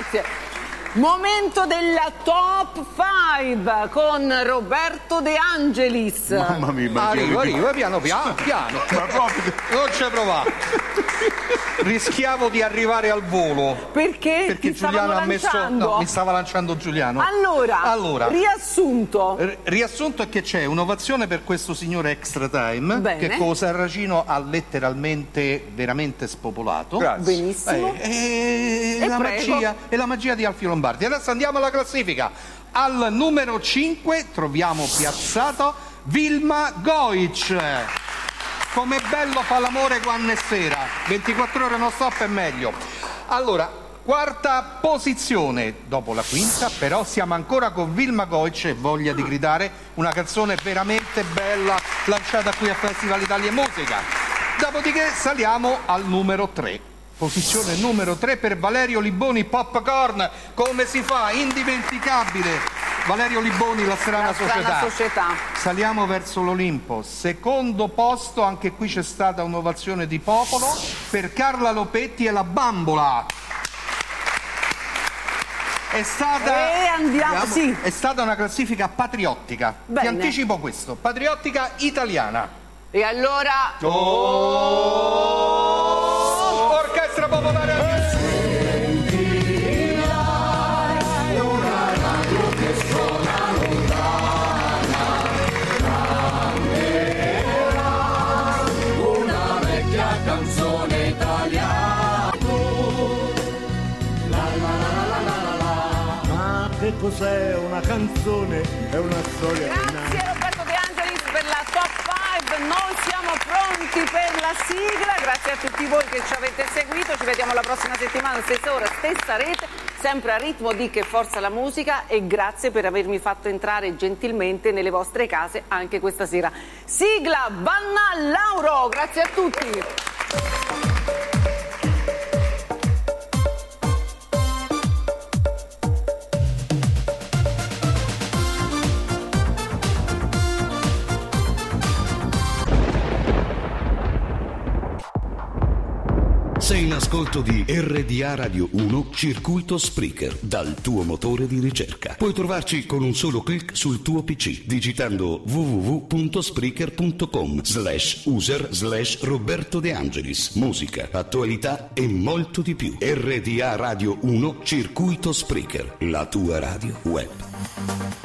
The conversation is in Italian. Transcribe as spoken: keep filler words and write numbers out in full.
grazie. Momento della top cinque con Roberto De Angelis. Mamma mia, ma arrivo, arrivo, piano piano, piano. Ma proprio... Non ci provavo. Rischiavo di arrivare al volo. Perché? Perché Ti Giuliano ha messo. lanciando? No, mi stava lanciando Giuliano. Allora, allora riassunto. R- riassunto è che c'è un'ovazione per questo signore Extra Time. Bene. Che con Sarracino ha letteralmente veramente spopolato. Grazie. Benissimo. Eh, e, E la prego. magia, e la magia di Alfio Lombardi. Adesso andiamo alla classifica. Al numero cinque troviamo piazzato Vilma Goic. Come bello fa l'amore quando è sera. ventiquattro ore non stop è meglio. Allora, quarta posizione dopo la quinta, però siamo ancora con Vilma Goic e Voglia di gridare, una canzone veramente bella lanciata qui a Festival Italia e Musica. Dopodiché saliamo al numero tre. Posizione numero tre per Valerio Liboni, Popcorn. Come si fa? Indimenticabile. Valerio Liboni, La strana, La strana società. società. Saliamo verso l'Olimpo. Secondo posto, anche qui c'è stata un'ovazione di popolo per Carla Lopetti e La Bambola. È stata, E andiamo, sì. è stata una classifica patriottica. Bene. Ti anticipo questo, patriottica italiana. E allora... Oh! Orchestra Popolare. Una vecchia canzone italiana. La la la la la la la. Ma che cos'è una canzone? È una storia. Grazie Roberto De Angelis per la top cinque. Noi siamo pronti per la sigla. Grazie a tutti voi che ci avete seguito. Ci vediamo la prossima settimana, stessa ora, stessa rete, sempre a ritmo di Che Forza la Musica, e grazie per avermi fatto entrare gentilmente nelle vostre case anche questa sera. Sigla Vanna Lauro. Grazie a tutti. Sei in ascolto di R D A Radio uno Circuito Spreaker dal tuo motore di ricerca. Puoi trovarci con un solo clic sul tuo P C digitando w w w punto spreaker punto com slash user slash Roberto De Angelis. Musica, attualità e molto di più. R D A Radio uno Circuito Spreaker, la tua radio web.